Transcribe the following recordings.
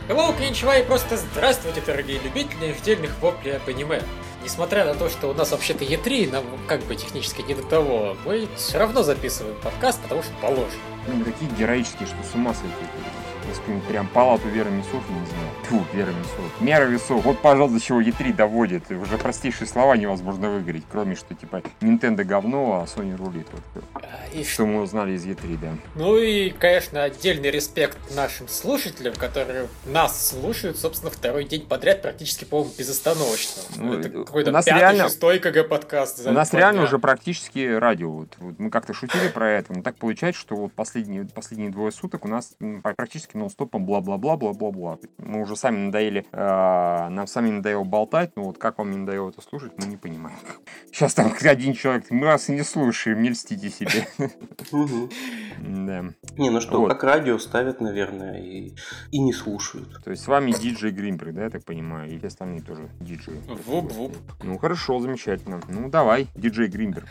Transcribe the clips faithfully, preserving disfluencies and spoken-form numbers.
Hello, коничева и просто здравствуйте, дорогие любители ежедневных воплей об аниме. Несмотря на то, что у нас вообще-то и три, нам как бы технически не до того, мы все равно записываем подкаст, потому что положено. Ну, такие героические, что с ума сойти. Если прям палату Веры Мясов, я не знаю. Фу, Вера Мясов. Мера весов. Вот, пожалуйста, до чего и три доводит. Уже простейшие слова невозможно выговорить, кроме что, типа, Nintendo говно, а Sony рулит. Вот. И что мы узнали из и три, да. Ну и, конечно, отдельный респект нашим слушателям, которые нас слушают, собственно, второй день подряд, практически, по-моему, безостановочно. Ну, это какой-то пятый, реально... шестой КГ-подкаст. У нас реально уже практически радио. Вот, вот мы как-то шутили про это, но так получается, что вот последние, последние двое суток у нас практически нон-стопом бла-бла-бла-бла-бла-бла. Мы уже сами надоели, э, нам сами надоело болтать, но вот как вам не надоело это слушать, мы не понимаем. Сейчас там один человек, мы вас и не слушаем, не льстите себе. Да. Не, ну что, как радио ставят, наверное, и не слушают. То есть с вами диджей Гримберг, да, я так понимаю, и все остальные тоже диджеи. Вуп-вуп. Ну хорошо, замечательно. Ну давай, диджей Гримберг.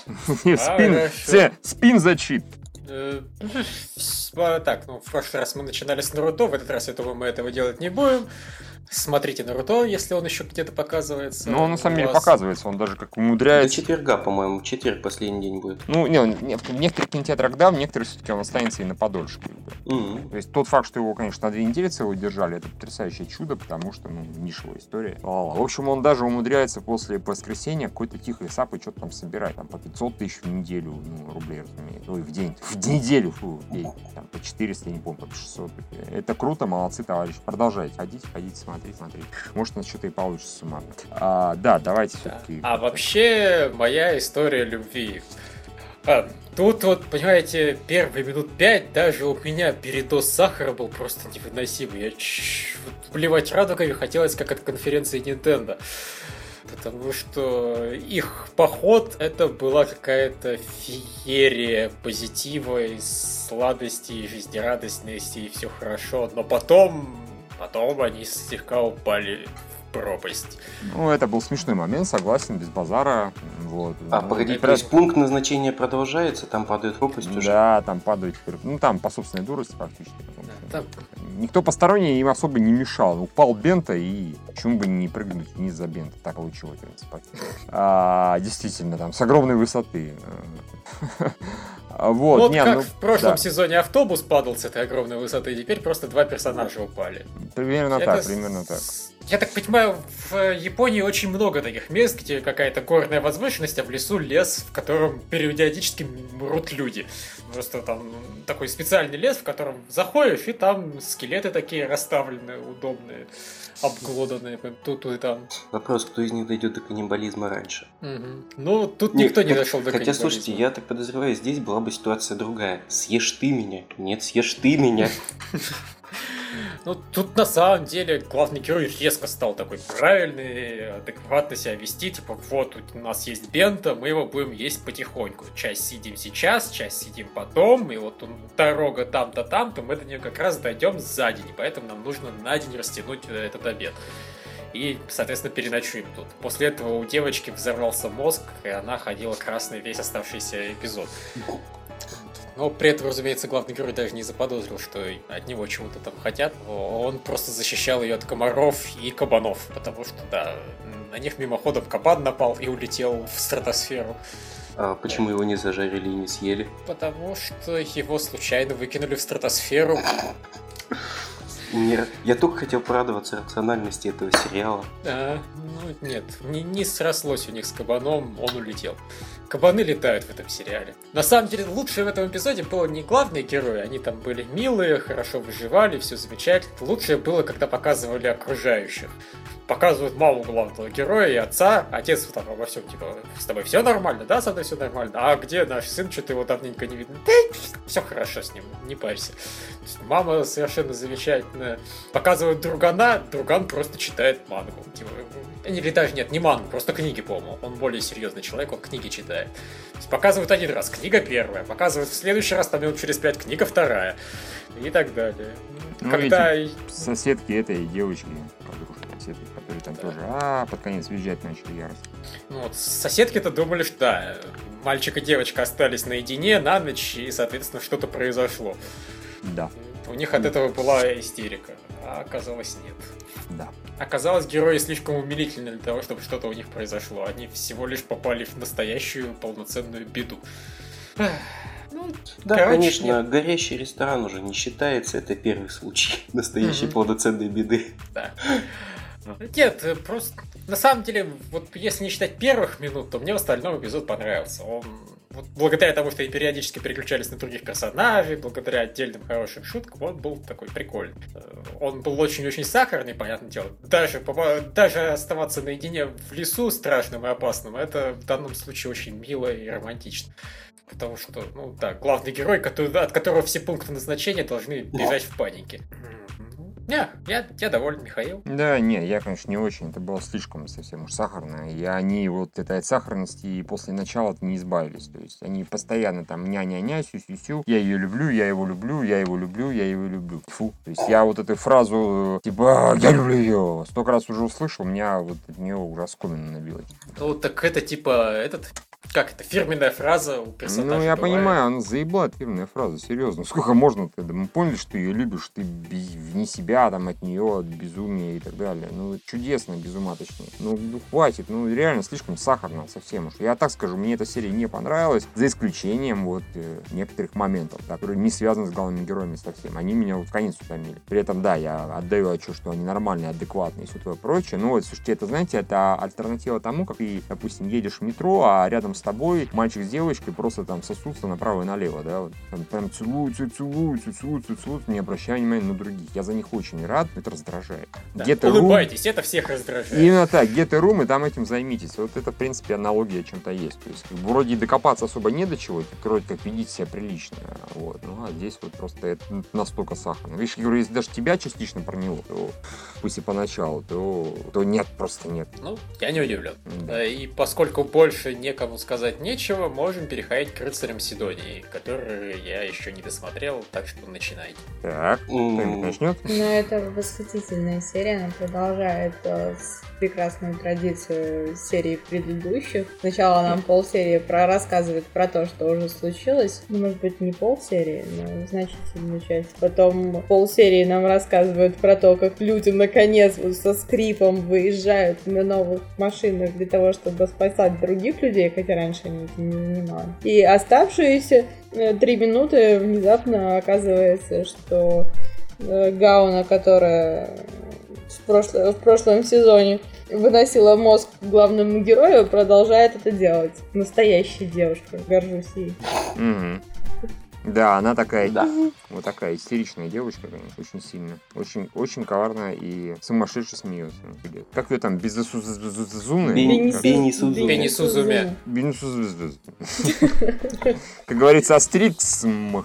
Спин зачит. Так, ну в прошлый раз мы начинали с Наруто, в этот раз, я думаю, мы этого делать не будем. Смотрите Наруто, если он еще где-то показывается. Ну, он на самом деле показывается, он даже как умудряется. До четверга, по-моему, четверг последний день будет. Ну, не, не в некоторых кинотеатрах, да, в некоторых все-таки он останется и на подольше. Mm-hmm. То есть тот факт, что его, конечно, на две недели целого держали, это потрясающее чудо, потому что, ну, нишевая история. Ла-ла. В общем, он даже умудряется после воскресенья какой-то тихой сапы что-то там собирать, там по пятьсот тысяч в неделю, ну, рублей, разумеется. Ой, в день. В неделю, фу, в день. Там по четыреста, я не помню, по шестьсот. Это круто, молодцы, товарищи. Продолжайте, ходите, ходите, смотрите. Смотри. Может, у нас что-то и получится с ума. А, да, давайте да. все-таки. А вообще, моя история любви. А, тут вот, понимаете, первые минут пять даже у меня передоз сахара был просто невыносимый. Я ч- плевать радугами хотелось, как от конференции Nintendo. Потому что их поход это была какая-то феерия позитива и сладости, и жизнерадостности, и все хорошо. Но потом... Потом они слегка упали в пропасть. Ну, это был смешной момент, согласен, без базара. Вот. А, ну, погоди, то есть пункт назначения продолжается, там падает пропасть уже? Да, там падают, ну, там по собственной дурости практически. Да, там... Никто посторонний им особо не мешал. Упал Бента, и почему бы не прыгнуть вниз за Бента? Так получилось, в принципе. А, действительно, там, с огромной высоты. Вот, вот не, как ну, в прошлом да. сезоне автобус падал с этой огромной высоты, и теперь просто два персонажа упали. Примерно Это так, с... примерно так. Я так понимаю, в Японии очень много таких мест, где какая-то горная возвышенность, а в лесу лес, в котором периодически мрут люди. Просто там такой специальный лес, в котором заходишь, и там скелеты такие расставленные, удобные, обглоданные тут и там. Вопрос, кто из них дойдет до каннибализма раньше? Угу. Ну, тут Нет, никто не хотя, дошел до хотя, каннибализма. Хотя, слушайте, я так подозреваю, здесь была бы ситуация другая. Съешь ты меня. Нет, съешь ты меня. Ну, тут на самом деле главный герой резко стал такой правильный, адекватно себя вести. Типа, вот у нас есть Бента, мы его будем есть потихоньку. Часть съедим сейчас, часть съедим потом. И вот он, дорога там-то, там-то, мы до нее как раз дойдем за день. Поэтому нам нужно на день растянуть этот обед. И, соответственно, переночуем тут. После этого у девочки взорвался мозг, и она ходила красной весь оставшийся эпизод. Но при этом, разумеется, главный герой даже не заподозрил, что от него чего-то там хотят. Он просто защищал ее от комаров и кабанов, потому что, да, на них мимоходом кабан напал и улетел в стратосферу. А почему его не зажарили и не съели? Потому что его случайно выкинули в стратосферу. Нет, я только хотел порадоваться рациональности этого сериала. А, ну нет, не, не срослось у них с кабаном, он улетел. Кабаны летают в этом сериале. На самом деле, лучшее в этом эпизоде было не главные герои, они там были милые, хорошо выживали, все замечательно. Лучшее было, когда показывали окружающих. Показывают маму главного героя и отца. Отец там обо всем, типа, с тобой все нормально, да, со мной все нормально. А где наш сын, что-то его давненько не видно. Да, все хорошо с ним, не парься. Мама совершенно замечательная. Показывают другана, друган просто читает мангу. Типа, или даже нет, не мангу, просто книги, по-моему. Он более серьезный человек, он книги читает. То есть показывают один раз, книга первая. Показывают в следующий раз, там минут через пять, книга вторая. И так далее. Ну, когда... эти соседки этой девочки, соседки, которые там да. тоже а, под конец визжать начали яростно. Ну вот, соседки-то думали, что да, мальчик и девочка остались наедине на ночь, и, соответственно, что-то произошло. Да. У них от этого была истерика. А оказалось, нет. Да. Оказалось, герои слишком умилительны для того, чтобы что-то у них произошло. Они всего лишь попали в настоящую полноценную беду. Ну, да, короче, конечно, нет. Горящий ресторан уже не считается. Это первый случай настоящей mm-hmm. полноценной беды. Да. Нет, просто на самом деле, вот если не считать первых минут, то мне в остальном эпизод понравился. Он вот, благодаря тому, что они периодически переключались на других персонажей, благодаря отдельным хорошим шуткам, он был такой прикольный. Он был очень-очень сахарный, понятное дело. Даже, даже оставаться наедине в лесу страшным и опасным, это в данном случае очень мило и романтично. Потому что, ну да, главный герой, который, от которого все пункты назначения должны бежать в панике. Не, я, я доволен, Михаил. Да, не, я, конечно, не очень. Это было слишком совсем уж сахарно. И они вот этой от сахарности и после начала не избавились. То есть они постоянно там ня-ня-ня, сю-сю-сю. Я ее люблю, я его люблю, я его люблю, я его люблю. Фу. То есть я вот эту фразу типа «я люблю ее» столько раз уже услышал, у меня вот от нее уже оскомина набилась. Ну, так это типа этот... Как это? Фирменная фраза у персонажа. Ну, я бывает. понимаю, она заебла, фирменная фраза, серьезно. Сколько можно-то? Мы поняли, что ты ее любишь, ты вне себя, там, от нее, от безумия и так далее. Ну, чудесно, без ума точнее. Ну, ну, хватит, ну, реально слишком сахарно совсем уж. Я так скажу, мне эта серия не понравилась, за исключением вот э, некоторых моментов, да, которые не связаны с главными героями совсем. Они меня вот в конец утомили. При этом, да, я отдаю отчет, что они нормальные, адекватные и все такое прочее. Но вот, слушайте, это, знаете, это альтернатива тому, как ты, допустим, едешь в метро, а рядом с тобой мальчик с девочкой просто там сосутся направо и налево, да, вот, там, там целуются, целуются, целуются, целуются, не обращая внимания на других. Я за них очень рад, это раздражает. Да. Улыбайтесь, room... это всех раздражает. Именно так, get a room, и там этим займитесь. Вот это, в принципе, аналогия чем-то есть. То есть, вроде и докопаться особо не до чего, вроде как ведите себя прилично, вот, ну, а здесь вот просто это настолько сахарно. Видишь, я говорю, если даже тебя частично проняло, то пусть и поначалу, то, то нет, просто нет. Ну, я не удивлен. Да. И поскольку больше некому сказать нечего, можем переходить к рыцарям Сидонии, которые я еще не досмотрел, так что начинайте. Так, кто-нибудь начнет? Ну, это восхитительная серия, она продолжает э, прекрасную традицию серии предыдущих. Сначала нам полсерии про рассказывает про то, что уже случилось. Ну, может быть, не полсерии, но значительную часть. Потом полсерии нам рассказывают про то, как люди наконец вот со скрипом выезжают на новых машинах для того, чтобы спасать других людей, хотя раньше они этим не занимались. И оставшиеся три минуты внезапно оказывается, что Гауна, которая в, прошло, в прошлом сезоне выносила мозг главному герою, продолжает это делать. Настоящая девушка. Горжусь ей. Mm-hmm. Да, она такая, да. Вот такая истеричная девочка, конечно, очень сильно. Очень, очень коварная и сумасшедше смеется. Как ее там, Безусузуны? Бенисузуме. Бенисузуме. Бенисузуме. Как говорится, Астриксм.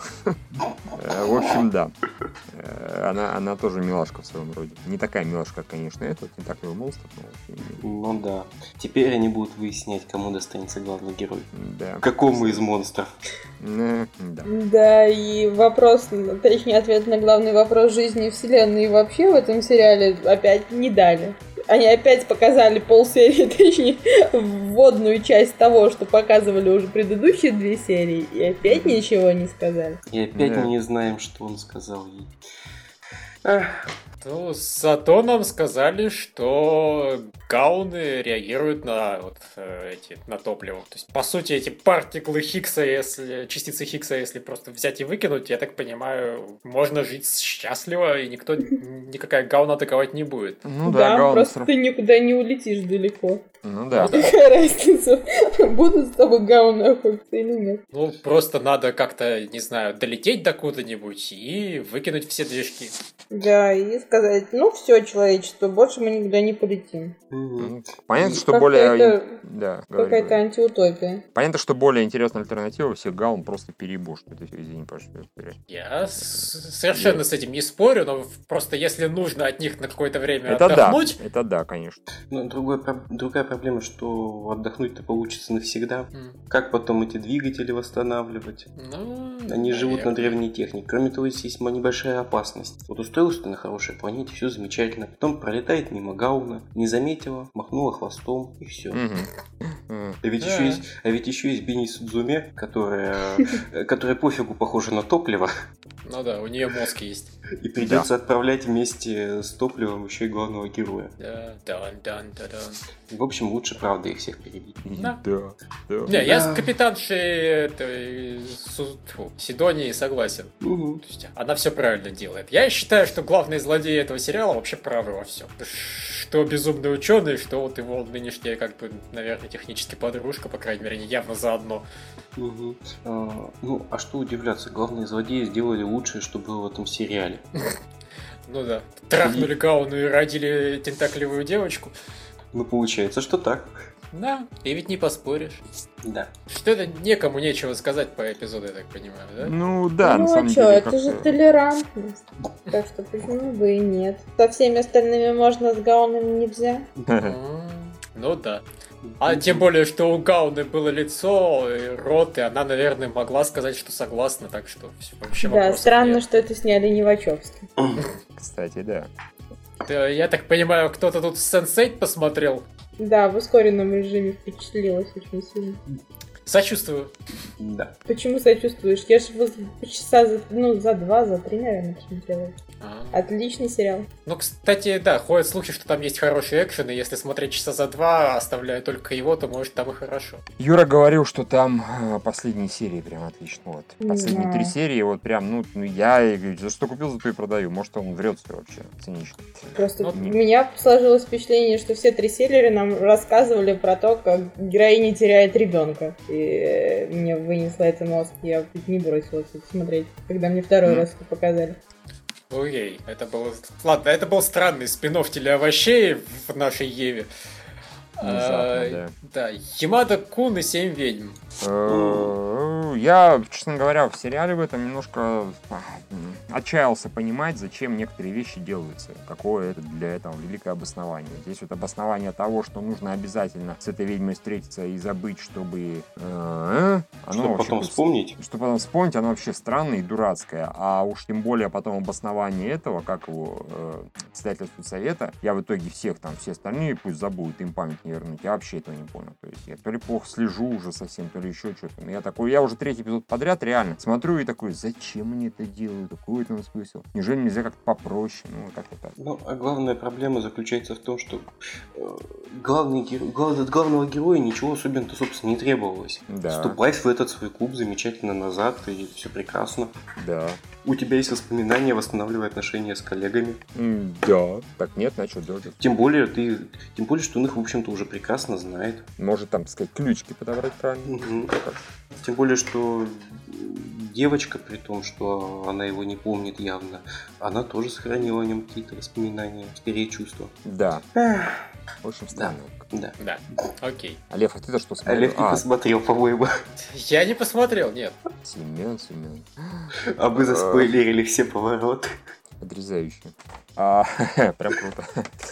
В общем, да. Она, она тоже милашка в своем роде. Не такая милашка, конечно, это, не такой монстр. Ну да. Теперь они будут выяснять, кому достанется главный герой. Да. Какому из монстров. Да. Да, и вопрос, точнее, ответ на главный вопрос жизни вселенной вообще в этом сериале опять не дали. Они опять показали полсерии, точнее, вводную часть того, что показывали уже предыдущие две серии, и опять ничего не сказали. И опять да. мы не знаем, что он сказал ей. Ах. Ну, зато нам сказали, что гауны реагируют на вот э, эти на топливо. То есть, по сути, эти партиклы Хиггса, если частицы Хиггса, если просто взять и выкинуть, я так понимаю, можно жить счастливо, и никто, никакая гауна атаковать не будет. Ну да, да просто сразу... ты никуда не улетишь далеко. Ну да. Какая разница, будут с тобой гауны охотиться или нет? Ну, просто надо как-то, не знаю, долететь до куда-нибудь и выкинуть все движки. Да, и сказать, ну все, человечество, больше мы никуда не полетим. Mm-hmm. Понятно, что более... Это... Да, какая-то говори. Антиутопия. Понятно, что более интересная альтернатива всех гаун просто перебошь. Это все, извини, пожалуйста. Я с- совершенно yeah. с этим не спорю, но просто если нужно от них на какое-то время это отдохнуть... Да. Это да, конечно. Но другой, другая проблема, что отдохнуть-то получится навсегда. Mm. Как потом эти двигатели восстанавливать? Ну, Они наверное. живут на древней технике. Кроме того, есть небольшая опасность. Вот устроился ты на хорошей планете, все замечательно. Потом пролетает мимо гауна, не заметила, махнула хвостом, и все. Mm-hmm. А ведь, еще есть, а ведь еще есть Бенисудзуме, которая, которая пофигу похожа на топливо. Ну да, у нее мозг есть. И придется да. отправлять вместе с топливом еще и главного героя. Да, дан, дан, дан, дан. В общем, лучше, правда, их всех перебить. Да. Да, да. Не, да. Я с капитаншей этой, фу, Сидонией согласен. Угу. То есть она все правильно делает. Я считаю, что главные злодеи этого сериала вообще правы во всем. Что безумный ученый, что вот его нынешняя, как бы, наверное, технически подружка, по крайней мере, они явно заодно. Угу. А, ну, а что удивляться, главные злодеи сделали лучшее, что было в этом сериале. Ну да, трахнули Гауну и родили тентакливую девочку. Ну, получается, что так. Да, и ведь не поспоришь. Да. Что-то некому нечего сказать по эпизоду, я так понимаю, да? Ну да, ну, на самом а что, деле. это же толерантность. Так что почему бы и нет. Со всеми остальными можно, с Гауном нельзя. Ну да. А тем более, что у Гауны было лицо и рот, и она, наверное, могла сказать, что согласна, так что вообще да, странно, нет. Что это сняли не Вачовски. Кстати, да. Да. Я так понимаю, кто-то тут сенс эйт посмотрел? Да, в ускоренном режиме впечатлилась очень сильно. Сочувствую. Да. Почему сочувствуешь? Я же часа за, ну, за два, за три, наверное, посмотрела. А-а-а. Отличный сериал. Ну, кстати, да, ходят слухи, что там есть хороший экшен, и если смотреть часа за два, оставляя только его, то, может, там и хорошо. Юра говорил, что там э, последние серии прям отлично. Вот. Последние да. три серии, вот прям, ну, ну я и говорю, за что купил, за то и продаю. Может, он врет все вообще, цинично. Просто ну, у меня сложилось впечатление, что все три серии нам рассказывали про то, как героиня теряет ребенка. И мне вынесло это мозг, я не бросилась это смотреть, когда мне второй mm. раз это показали. Окей, это было... Ладно, это был странный спин-офф телеовощей в нашей Еве. Внезапно, а, да. Да, Ямада Кун и Семь ведьм. Я, честно говоря, в сериале в этом немножко отчаялся понимать, зачем некоторые вещи делаются. Какое это для этого великое обоснование. Здесь вот обоснование того, что нужно обязательно с этой ведьмой встретиться и забыть, чтобы... Э, оно чтобы потом вспомнить. Чтобы потом вспомнить, оно вообще странное и дурацкое. А уж тем более потом обоснование этого, как его э, председатель совета, я в итоге всех там, все остальные пусть забудут, им память не вернуть. Я вообще этого не понял. То есть я то ли плохо слежу уже совсем, то ли еще что-то. Я такой, я уже третий эпизод подряд реально смотрю и такой, зачем мне это делают? Какой это смысл? Неужели нельзя как-то попроще? Ну, как-то так. Ну, а главная проблема заключается в том, что э, главный геро... Глав... от главного героя ничего особенно-то, собственно, не требовалось. Да. Вступать в этот свой клуб замечательно назад, и все прекрасно. Да. У тебя есть воспоминания, восстанавливая отношения с коллегами. Mm, да. Так нет, начал делать. Тем более, ты, тем более, что он их, в общем-то, уже прекрасно знает. Может, там, так сказать, ключики подобрать правильно. Mm-hmm. Тем более, что девочка, при том, что она его не помнит явно, она тоже сохранила о нем какие-то воспоминания, скорее чувства. Да. Эх. В общем, странно. Да. Да. Окей. А Лев, а ты-то что смотрел? А Лев не а. посмотрел, по-моему. Я не посмотрел, нет. Семен, Семен. А вы заспойлерили все повороты. Потрясающе. А, прям круто.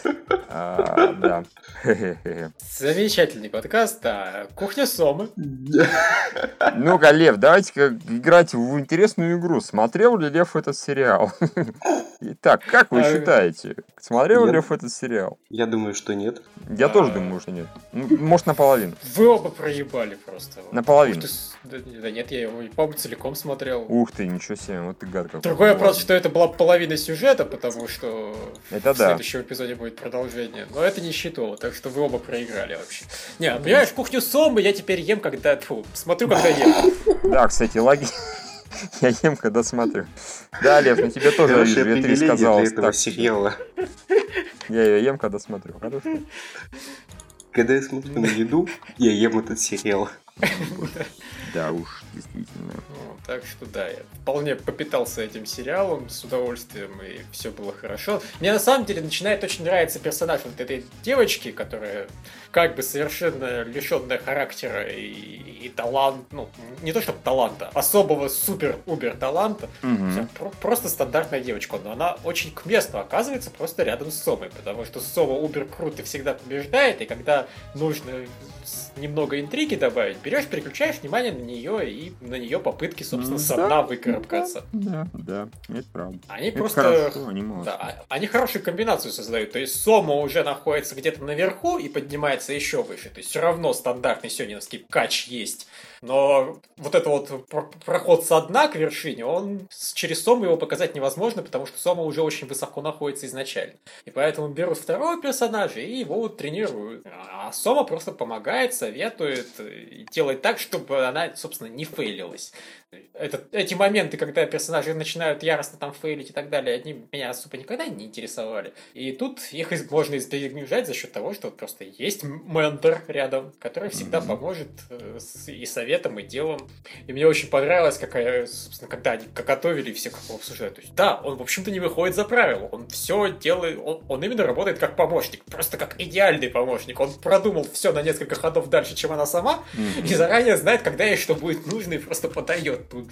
А, да. Замечательный подкаст, да. Кухня Сомы. Ну-ка, Лев, давайте-ка играть в интересную игру. Смотрел ли Лев этот сериал? Итак, как вы считаете? Смотрел ли Лев этот сериал? Я думаю, что нет. Я а... тоже думаю, что нет. Ну, может, наполовину. Вы оба проебали просто. Наполовину. Да, да нет, я его, по-моему, целиком смотрел. Ух ты, ничего себе, вот ты гад какой. Другой вопрос, что это была половина сюжета, потому что это в да. следующем эпизоде будет продолжение. Но это не считало, так что вы оба проиграли вообще. Не, понимаешь, кухню Сомы я теперь ем, когда... Фу, смотрю, когда ем. Да, кстати, логично. Я ем, когда смотрю. Да, Лев, на тебе тоже вижу, я три сказал. Этого сериала. Я ее ем, когда смотрю. Хорошо. Когда я смотрю на еду, я ем этот сериал. Да уж, действительно. Ну, так что да, я вполне попитался этим сериалом с удовольствием, и все было хорошо. Мне на самом деле начинает очень нравиться персонаж вот этой девочки, которая как бы совершенно лишенная характера и, и талант, ну, не то чтобы таланта, особого супер-убер таланта. Mm-hmm. Про- просто стандартная девочка, но она очень к месту оказывается просто рядом с Сомой, потому что Сома убер крут и всегда побеждает, и когда нужно немного интриги добавить, берешь, переключаешь внимание на нее и на нее попытки, собственно, собственно, со дна выкарабкаться. Да, да, это правда. Они это просто... Хорошо, они да, они хорошую комбинацию создают. То есть Сома уже находится где-то наверху и поднимается еще выше. То есть все равно стандартный сёнэновский кач есть. Но вот этот вот проход со дна к вершине, он через Сому его показать невозможно, потому что Сома уже очень высоко находится изначально. И поэтому берут второго персонажа и его вот тренируют. А Сома просто помогает, советует, делает так, чтобы она, собственно, не фейлилась. Это, эти моменты, когда персонажи начинают яростно там фейлить и так далее, они меня особо никогда не интересовали. И тут их можно избежать за счет того, что вот просто есть ментор рядом, который всегда mm-hmm. поможет и советом, и делом. И мне очень понравилось, какая, собственно, когда они готовили, все как его обсуждают. То есть, да, он, в общем-то, не выходит за правила. Он все делает, он, он именно работает как помощник. Просто как идеальный помощник. Он продумал все на несколько ходов дальше, чем она сама, mm-hmm. и заранее знает, когда ей что будет нужно, и просто подает тут же.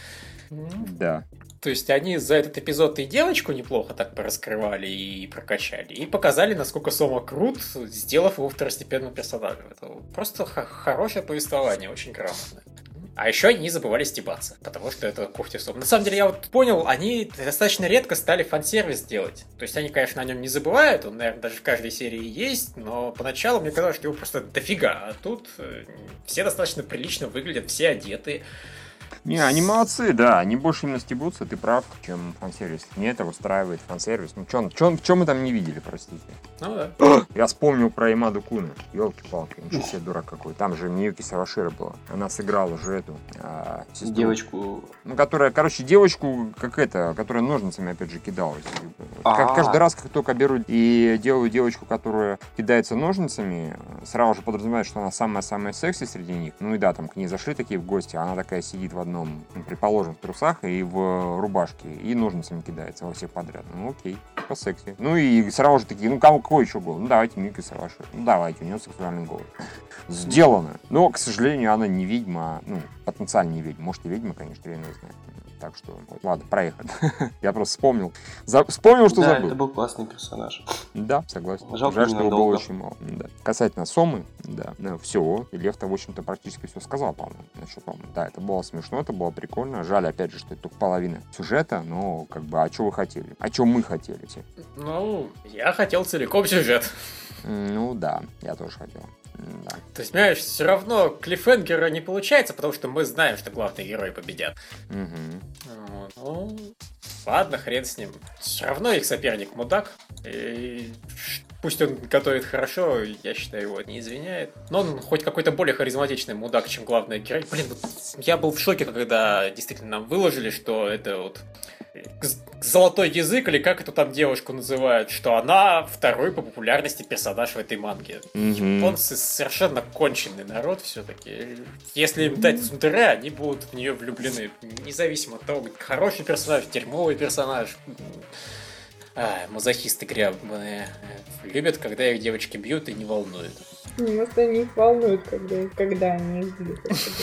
Да. То есть они за этот эпизод и девочку неплохо так пораскрывали и прокачали, и показали, насколько Сома крут, сделав его второстепенным персонажем. Это просто х- хорошее повествование, очень грамотное. А еще они не забывали стебаться, потому что это когти Сома. На самом деле, я вот понял, они достаточно редко стали фан-сервис делать. То есть они, конечно, о нем не забывают, он, наверное, даже в каждой серии есть, но поначалу мне казалось, что его просто дофига. А тут все достаточно прилично выглядят, все одетые. Не, они молодцы, да, они больше именно стебутся, ты прав, чем фан-сервис. Мне это устраивает фан-сервис. Ну, чё, чё, чё мы там не видели, простите? Ну да. Я вспомнил про Имаду Куна. Ёлки-палки, ничего себе дурак какой. Там же Миюки Савашира была. Она сыграла же эту а, сестру. Девочку. Ну, которая, короче, девочку, как это, которая ножницами, опять же, кидалась. Как, каждый раз, как только берут и делают девочку, которая кидается ножницами, сразу же подразумевают, что она самая-самая секси среди них. Ну и да, там к ней зашли такие в гости, а она такая сидит в одном, ну, предположим, в трусах и в рубашке, и ножницами кидается во всех подряд. Ну окей, по секси. Ну и сразу же такие, ну кого, кого еще голос? Ну давайте Миюки Савашира. Ну давайте, у нее сексуальный голос. Сделано. Но, к сожалению, она не ведьма, ну, потенциально не ведьма. Может и ведьма, конечно, я не знаю. Так что, ладно, проехали. Я просто вспомнил. За... Вспомнил, что да, забыл. это был классный персонаж. Да, согласен. Жалко, Жаль, что его было долго. очень мало. Да. Касательно Сомы, да, ну, все. И Лев-то, в общем-то, практически все сказал, по-моему, насчет Сомы. Да, это было смешно, это было прикольно. Жаль, опять же, что это только половина сюжета, но, как бы, а что вы хотели? А что мы хотели? Те? Ну, я хотел целиком сюжет. Ну, да, я тоже хотел. Да. То есть, понимаешь, все равно клиффхенгера не получается, потому что мы знаем, что главные герои победят. Угу. Ну, ладно, хрен с ним. Все равно их соперник мудак. И пусть он готовит хорошо, я считаю, его не извиняет. Но он хоть какой-то более харизматичный мудак, чем главный герой. Блин, вот я был в шоке, когда действительно нам выложили, что это вот золотой язык, или как эту там девушку называют, что она второй по популярности персонаж в этой манге. Mm-hmm. Японцы совершенно конченый народ все-таки. Если им дать цундере, они будут в нее влюблены. Независимо от того, хороший персонаж, дерьмовый персонаж. А, мазохисты грязные. Любят, когда их девочки бьют и не волнуют. Может, они их волнуют, когда, когда они их бьют.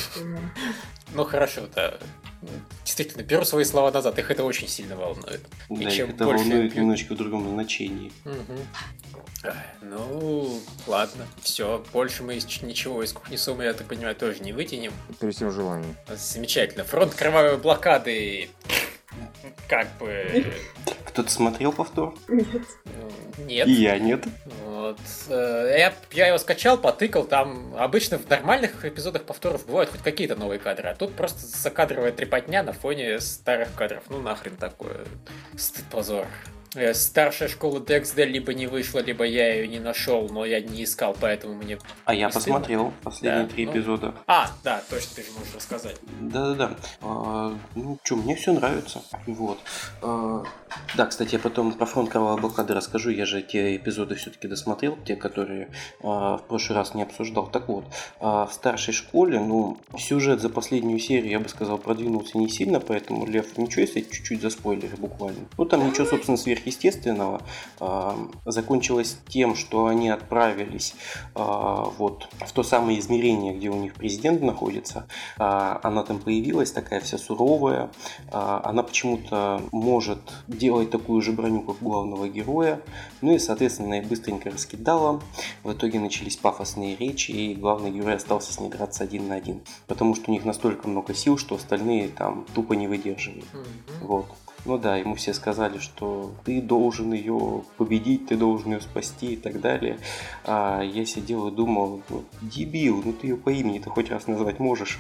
Ну хорошо, да. Действительно, беру свои слова назад, их это очень сильно волнует. Да, и их чем это больше... волнует немножечко в другом значении. Угу. Ну, ладно, все. Больше мы ничего из кухни Сомы, я так понимаю, тоже не вытянем. При всем желании. Замечательно. Фронт кровавой блокады. Как бы... Кто-то смотрел повтор? Нет. Нет. И я нет. Вот. Я, я его скачал, потыкал. Там обычно в нормальных эпизодах повторов бывают хоть какие-то новые кадры. А тут просто закадровая трепотня на фоне старых кадров. Ну нахрен такое. Стыд, позор. Старшая школа Дексда либо не вышла, либо я ее не нашел, но я не искал, поэтому мне... А я посмотрел последние да, три ну... эпизода. А, да, точно, ты же можешь рассказать. Да-да-да. А, ну, что, мне все нравится. Вот. А, да, кстати, я потом про фронт кровавой блокады расскажу. Я же те эпизоды все-таки досмотрел, те, которые а, в прошлый раз не обсуждал. Так вот, а, в старшей школе, ну, сюжет за последнюю серию, я бы сказал, продвинулся не сильно, поэтому, Лев, ничего, если чуть-чуть заспойлеры буквально. Ну, там ничего, собственно, сверх сверхъестественного э, закончилась тем, что они отправились э, вот в то самое измерение, где у них президент находится. Э, она там появилась, такая вся суровая. Э, она почему-то может делать такую же броню, как у главного героя. Ну и, соответственно, ее быстренько раскидала. В итоге начались пафосные речи, и главный герой остался с ней драться один на один. Потому что у них настолько много сил, что остальные там тупо не выдерживают. Mm-hmm. Вот. Ну да, ему все сказали, что ты должен ее победить, ты должен ее спасти и так далее. А я сидел и думал, ну, дебил, ну ты ее по имени-то хоть раз назвать можешь.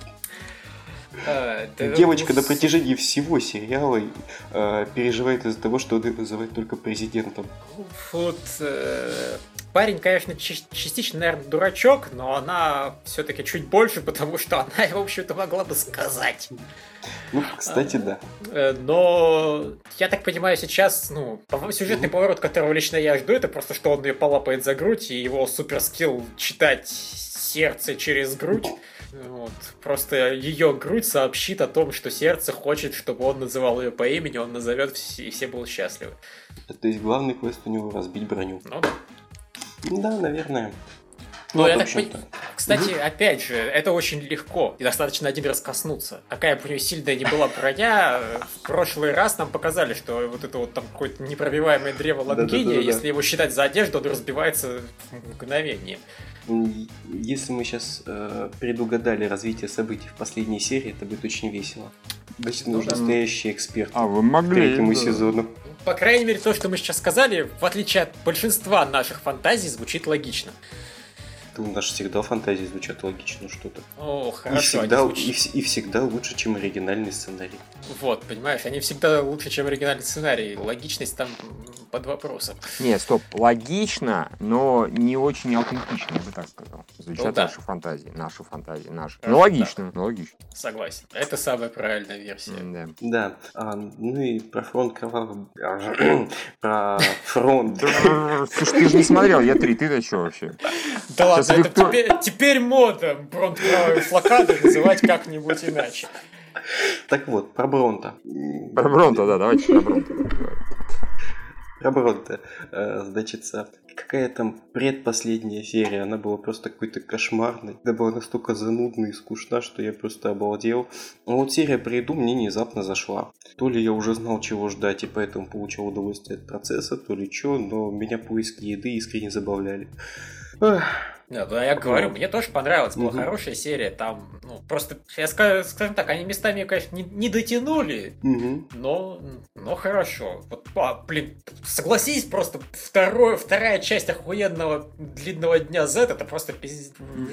А, Девочка на протяжении всего сериала э, переживает из-за того, что он называет только президентом. Вот э, парень, конечно, частично, наверное, дурачок, но она все-таки чуть больше, потому что она, в общем-то, могла бы сказать. Ну, кстати, а, да. Но я так понимаю, сейчас, ну, сюжетный mm-hmm. поворот, которого лично я жду, это просто, что он ее полапает за грудь, и его суперскилл читать сердце через грудь. Вот. Просто ее грудь сообщит о том, что сердце хочет, чтобы он называл ее по имени, он назовет, и все будут счастливы. То есть главный квест у него разбить броню. Ну да. Да, наверное. Ну, я так понимаю. Кстати, угу. опять же, это очень легко. И достаточно один раз коснуться. Какая бы у нее сильная не была броня, в прошлый раз нам показали, что вот это вот там какое-то непробиваемое древо Лангения, если его считать за одежду, он разбивается в мгновение. Если мы сейчас э, предугадали развитие событий в последней серии, это будет очень весело. Значит, ну, нужен да. настоящий эксперт а вы могли, к третьему да. сезону. По крайней мере, то, что мы сейчас сказали, в отличие от большинства наших фантазий, звучит логично. У нас всегда фантазии звучат логично что-то. О, хорошо. И всегда, и, и всегда лучше, чем оригинальный сценарий. Вот, понимаешь, они всегда лучше, чем оригинальный сценарий. Логичность там под вопросом. Не, стоп, логично, но не очень аутентично, я бы так сказал. Звучат ну, да. наши фантазии, наши фантазии, наши. Ну, логично, да. логично. Согласен. Это самая правильная версия. Да. Да. А, ну и про фронт кровавый... Про фронт... Слушай, ты же не смотрел, я три, ты-то что вообще? Да ладно, это теперь, теперь мода Бронт кровавой флокады называть как-нибудь иначе. Так вот, про Бронта. Про Бронта, да, давайте про Бронта. Про Бронта. Значит, какая там предпоследняя серия, она была просто какой-то кошмарной. Она была настолько занудной и скучна, что я просто обалдел. Но вот серия про еду мне внезапно зашла. То ли я уже знал, чего ждать, и поэтому получал удовольствие от процесса, то ли что, но меня поиски еды искренне забавляли. Эх. Да, да, я говорю, мне тоже понравилась, была угу. хорошая серия, там, ну, просто, я скажу, скажем так, они местами, конечно, не, не дотянули, угу. но, но хорошо. Вот, а, блин, согласись, просто второе, вторая часть охуенного длинного дня Z, это просто пиздец.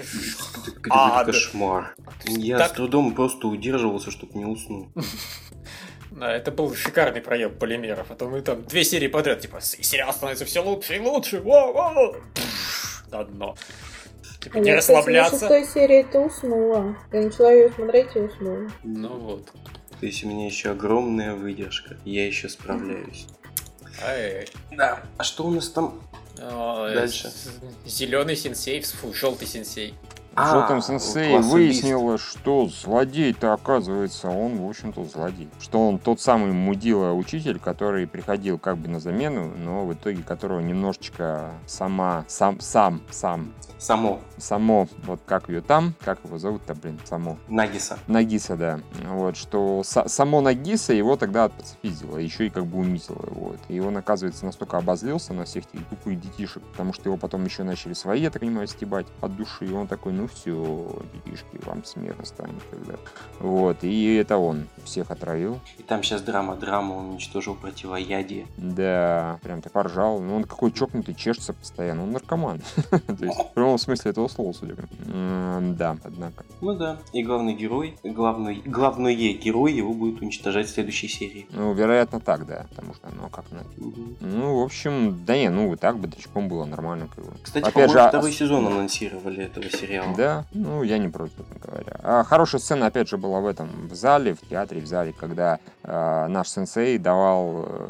А, кошмар. Я так... с трудом просто удерживался, чтобы не уснуть. Да, это был шикарный проем полимеров, а то мы там две серии подряд, типа, сериал становится все лучше и лучше, воу-воу! На дно. Типа, а не я, расслабляться. Кстати, на шестой серии ты уснула. Я начала ее смотреть и уснула. Ну вот. То есть у меня еще огромная выдержка. Я еще справляюсь. Ай-яй. Да. А что у нас там О, дальше? Зеленый сенсей, фу, желтый сенсей. В желтом сенсей выяснилось, что злодей-то, оказывается, он, в общем-то, злодей. Что он тот самый мудила-учитель, который приходил как бы на замену, но в итоге которого немножечко сама, сам, сам, сам. Само. Само, вот как ее там, как его зовут-то, блин, Само. Нагиса. Нагиса, да. Вот, что са- само Нагиса его тогда отпиздила, еще и как бы унизила его. И он, оказывается, настолько обозлился на всех этих тупых детишек, потому что его потом еще начали свои, я так понимаю, стебать от души, и он такой, ну все, детишки, вам смертно станет когда-то. Вот, и это он всех отравил. И там сейчас драма-драма, он уничтожил противоядие. Да, прям так поржал. Ну, он какой чокнутый, чешется постоянно, он наркоман. То есть, в прямом смысле этого слова, судя по всему. Да, однако. Ну да, и главный герой, главный, главное герой его будет уничтожать в следующей серии. Ну, вероятно, так, да, потому что, ну, как на... Угу. Ну, в общем, да не, ну, и так бодрячком было нормально. Как бы. Кстати, опять же, второй сезон анонсировали этого сериала. Да, ну, я не против, говоря. А хорошая сцена, опять же, была в этом, в зале, в театре, в зале, когда э, наш сенсей давал э,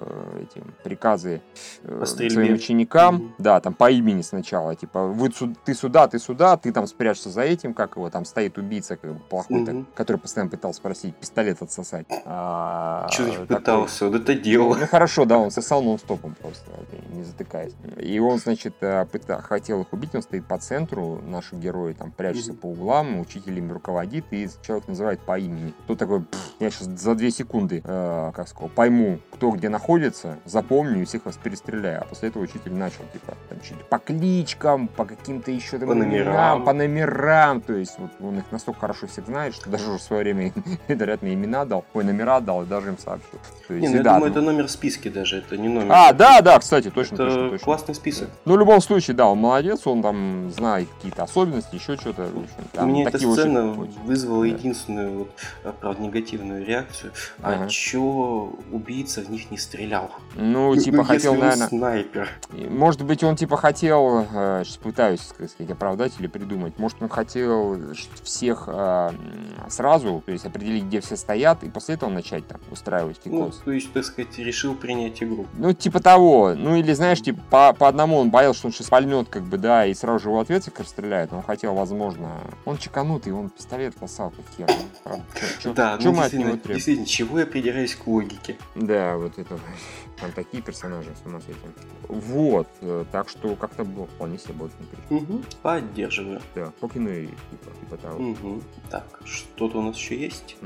эти приказы э, своим ученикам. Mm-hmm. Да, там по имени сначала. Типа, вы, ты сюда, ты сюда, ты там спрячься за этим, как его, там стоит убийца как бы, плохой, mm-hmm. так, который постоянно пытался спросить пистолет отсосать. А, Что значит пытался? Вот это дело. Ну хорошо, да, он сосал нон-стопом просто, не затыкаясь. И он, значит, пыта, хотел их убить, он стоит по центру, наши герои там прячутся mm-hmm. по углам, учитель им руководит, и человек называет по имени. Кто такой, я сейчас за две секунды, э, как сказал, пойму, кто где находится, запомню и всех вас перестреляю. А после этого учитель начал, типа, там, чуть по кличкам, по каким-то еще там, по номерам. по номерам. То есть вот, он их настолько хорошо всех знает, что даже уже в свое время, вероятно, имена дал, ой, номера дал и даже им сообщил. То есть, не, ну я да, думаю, ну... это номер в списке даже, это не номер. А, да, да, кстати, точно, это точно, точно. классный список. Ну, в любом случае, да, он молодец, он там знает какие-то особенности, еще что-то. В общем, там, у меня эта сцена очень... вызвала да. единственную, вот, правда, негативную реакцию. Ага. А чё убийца в них не стрелял? Ну, ну типа, ну, хотел, если он наверное... снайпер. Может быть, он, типа, хотел, э, сейчас пытаюсь, так сказать, оправдать или придумать, может, он хотел всех э, сразу, то есть определить, где все стоят, и после этого начать там устраивать фикус. Ну, то есть, так сказать, решил принять игру. Ну, типа того. Ну, или, знаешь, типа, по, по одному он боялся, что он сейчас пальнет, как бы, да, и сразу же его ответ расстреляет. Он хотел, возможно... Он чеканутый, он пистолет касал, как хер. Чё, да, чё ну, мы действительно, от него действительно, чего я придираюсь к логике? Да, вот это... Там такие персонажи, с ума сойти. Вот, так что как-то было вполне себе будет угу, поддерживаю. Да, по кино и типа, типа того. Угу. Так, что-то у нас еще есть?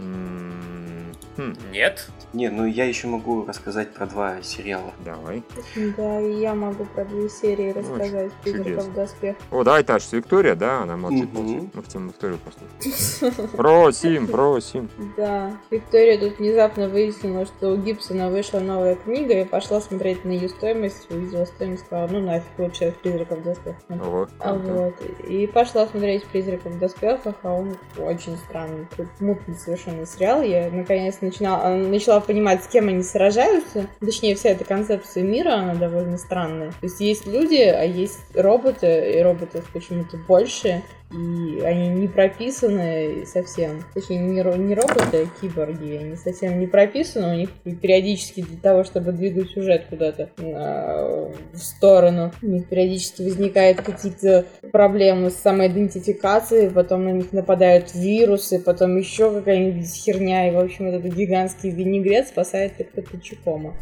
М-м-м. Нет. Не, ну я еще могу рассказать про два сериала. Давай. Да, я могу про две серии рассказать. «Призраков в доспехах». О, давай, Таш, Виктория, да, она молчит, угу. молчит. Мы хотим Викторию послушать. Просим, просим. Да, Виктория тут внезапно выяснила, что у Гибсона вышла новая книга, и пошла смотреть на ее стоимость, увидела стоимость, сказала, ну нафиг, лучше «Призраков в доспехах». Ого, а вот. И пошла смотреть «Призраков в доспехах», а он очень странный, мутный совершенно сериал. Я наконец начинала, начала понимать, с кем они сражаются. Точнее, вся эта концепция мира, она довольно странная. То есть есть люди, а есть роботы, и роботов почему-то больше. И они не прописаны совсем. Точнее, не, не роботы, а киборги. Они совсем не прописаны. У них периодически для того, чтобы двигать сюжет куда-то э, в сторону, у них периодически возникают какие-то проблемы с самоидентификацией, потом на них нападают вирусы, потом еще какая-нибудь херня. И, в общем, этот гигантский винегрет спасает их от Тачикома.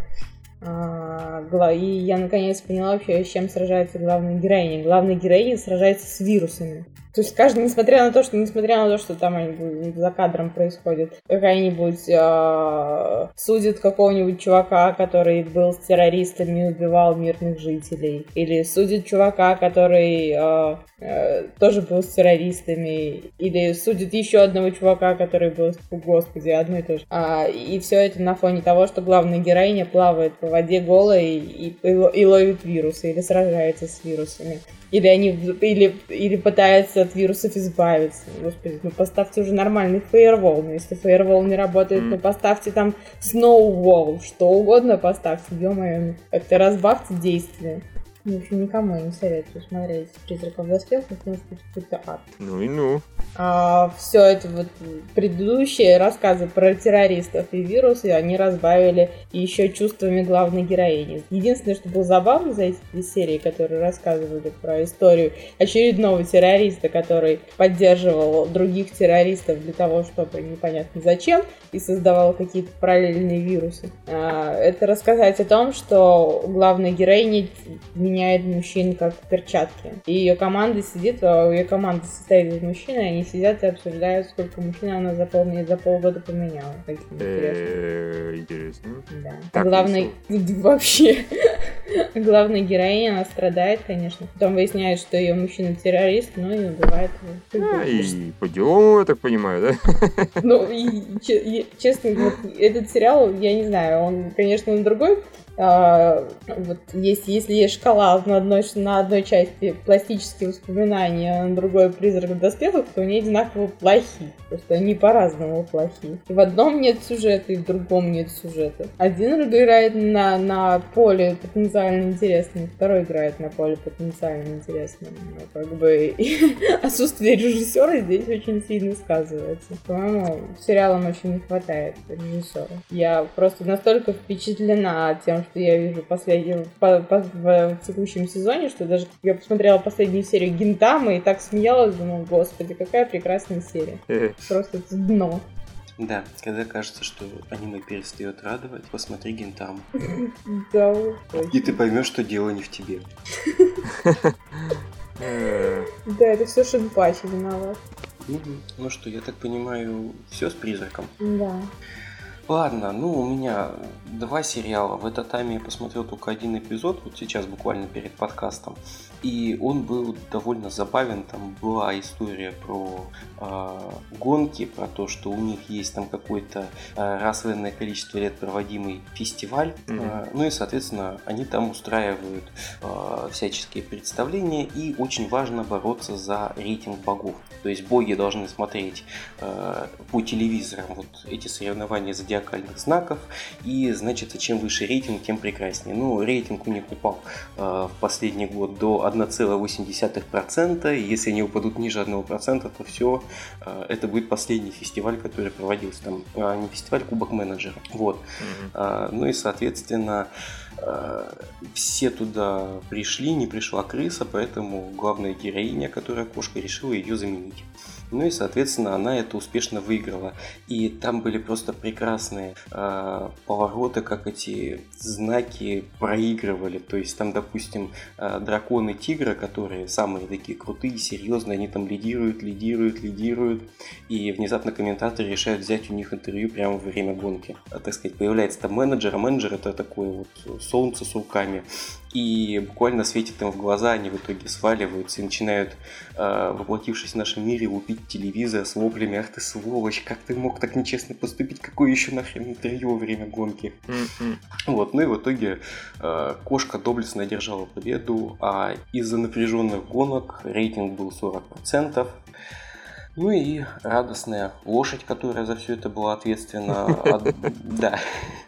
А, и я наконец поняла вообще, с чем сражается главная героиня. Главная героиня сражается с вирусами. То есть каждый, несмотря на то, что несмотря на то, что там они, за кадром происходит, какая-нибудь э, судит какого-нибудь чувака, который был с террористами и убивал мирных жителей, или судит чувака, который э, э, тоже был с террористами, или судит еще одного чувака, который был, господи, одно и то же. А, и все это на фоне того, что главная героиня плавает по воде голая и, и, и ловит вирусы, или сражается с вирусами. Или они или, или пытаются от вирусов избавиться. Господи, ну поставьте уже нормальный фаервол. Но если фаервол не работает, mm. ну поставьте там сноувол. Что угодно поставьте. Ё-моё, ну, как-то разбавьте действие. В общем, никому я не советую смотреть «Призраков в доспехах», потому что это какой-то ад. Ну и ну. А, все это вот предыдущие рассказы про террористов и вирусы, они разбавили еще чувствами главной героини. Единственное, что было забавно за эти две серии, которые рассказывали про историю очередного террориста, который поддерживал других террористов для того, чтобы непонятно зачем, и создавал какие-то параллельные вирусы. А, это рассказать о том, что главная героиня меняет мужчин как перчатки. И ее команда сидит, а ее команда состоит из мужчин, и они сидят и обсуждают, сколько мужчин она за, полный, за полгода поменяла. Интересно. Да. Главный... Вообще. Главная героиня, она страдает, конечно. Потом выясняет, что ее мужчина террорист, но и убивает его. И по делу, я так понимаю, да? Ну, честно, вот этот сериал, я не знаю, он, конечно, на другой. Uh, вот есть, если есть шкала снималась на одной, на одной части «Пластические воспоминания», а на другой «Призрак в доспехах», то они одинаково плохи. Просто они по-разному плохи. И в одном нет сюжета, и в другом нет сюжета. Один играет на, на поле потенциально интересным, второй играет на поле потенциально интересным. Ну, как бы отсутствие режиссера здесь очень сильно сказывается. По-моему, сериалам очень не хватает режиссера. Я просто настолько впечатлена тем, что я вижу последнюю, по, по, в текущем сезоне, что даже я посмотрела последнюю серию Гинтамы и так смеялась, думала, господи, какая прекрасная серия. Просто это дно. Да, когда кажется, что аниме перестает радовать, посмотри Гинтаму. Да. И ты поймешь, что дело не в тебе. Да, это все Шинпачи виноват. Ну что, я так понимаю, все с призраком? Да. Ладно, ну у меня два сериала. В этот тайме я посмотрел только один эпизод, вот сейчас буквально перед подкастом. И он был довольно забавен. Там была история про э, гонки, про то, что у них есть там какой-то э, раз в энное количество лет проводимый фестиваль. Mm-hmm. Э, ну и, соответственно, они там устраивают э, всяческие представления. И очень важно бороться за рейтинг богов. То есть боги должны смотреть э, по телевизорам вот эти соревнования зодиакальных знаков. И, значит, чем выше рейтинг, тем прекраснее. Ну, рейтинг у них упал э, в последний год до одна целая восемь десятых процента. И если они упадут ниже одного процента, то все, э, это будет последний фестиваль, который проводился. Там э, не фестиваль, Кубок менеджера. Вот. Mm-hmm. Э, ну и, соответственно, э, все туда пришли, не пришла крыса, поэтому главная героиня, которая кошка, решила ее заменить. Ну и, соответственно, она это успешно выиграла. И там были просто прекрасные э, повороты, как эти знаки проигрывали. То есть там, допустим, э, драконы тигра, которые самые такие крутые, серьезные, они там лидируют, лидируют, лидируют. И внезапно комментаторы решают взять у них интервью прямо во время гонки. А, так сказать, появляется там менеджер, а менеджер это такое вот солнце с руками. И буквально светит им в глаза, они в итоге сваливаются и начинают, э, воплотившись в нашем мире, лупить телевизор с воплями: ах ты сволочь, как ты мог так нечестно поступить, какое еще нахрен интервью во время гонки. Mm-hmm. Вот, ну и в итоге э, кошка доблестно одержала победу, а из-за напряженных гонок рейтинг был сорок процентов. Ну и радостная лошадь, которая за все это была ответственна. Да.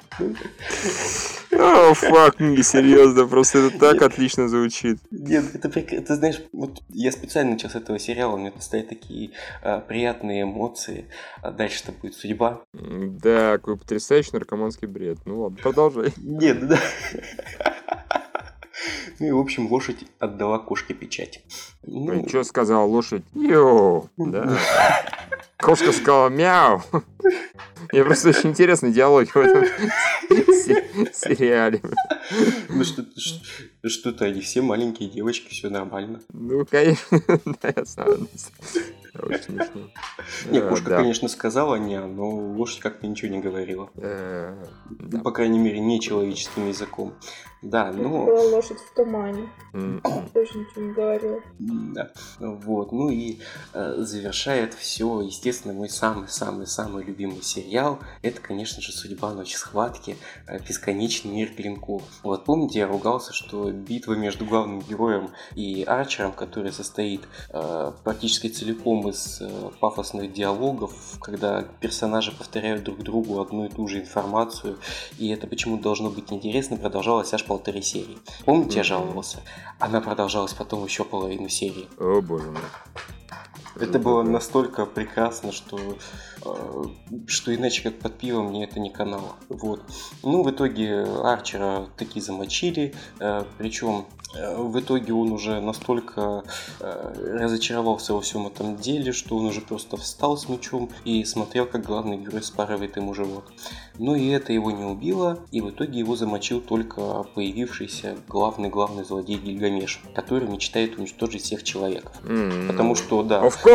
О, фак, не серьезно, просто это так Нет. Отлично звучит. Нет, это, это знаешь, вот я специально начал с этого сериала, у меня стоят такие а, приятные эмоции, а дальше-то будет судьба. Да, какой потрясающий наркоманский бред. Ну ладно, продолжай. Нет, да. Ну и, в общем, лошадь отдала кошке печать. Ну, что сказала лошадь? Йоу, да. Кошка сказала мяу. Мне просто очень интересный диалог в этом сериале. Ну что-то они все маленькие девочки, все нормально. Ну, конечно, да, я знаю. Очень смешно. Не, кошка, конечно, сказала не, но лошадь как-то ничего не говорила. По крайней мере, не человеческим языком. Да, ну... Была лошадь в тумане. Тоже ничего не говорила. Да, вот. Ну и э, завершает все, естественно, мой самый-самый-самый любимый сериал. Это, конечно же, «Судьба. Ночь схватки», э, «Бесконечный мир клинков». Вот помните, я ругался, что битва между главным героем и Арчером, которая состоит э, практически целиком из э, пафосных диалогов, когда персонажи повторяют друг другу одну и ту же информацию, и это почему-то должно быть интересно, продолжалось аж полторы серии. Помните, я жаловался? Она продолжалась потом еще половину серии. О, боже мой. Это было настолько прекрасно, что, э, что иначе как под пивом мне это не канало. Вот. Ну, в итоге Арчера таки замочили, э, причем э, в итоге он уже настолько э, разочаровался во всем этом деле, что он уже просто встал с мечом и смотрел, как главный герой спарывает ему живот. Но и это его не убило, и в итоге его замочил только появившийся главный-главный злодей Гильгамеш, который мечтает уничтожить всех человеков. Mm-hmm. Потому что, да... Of course!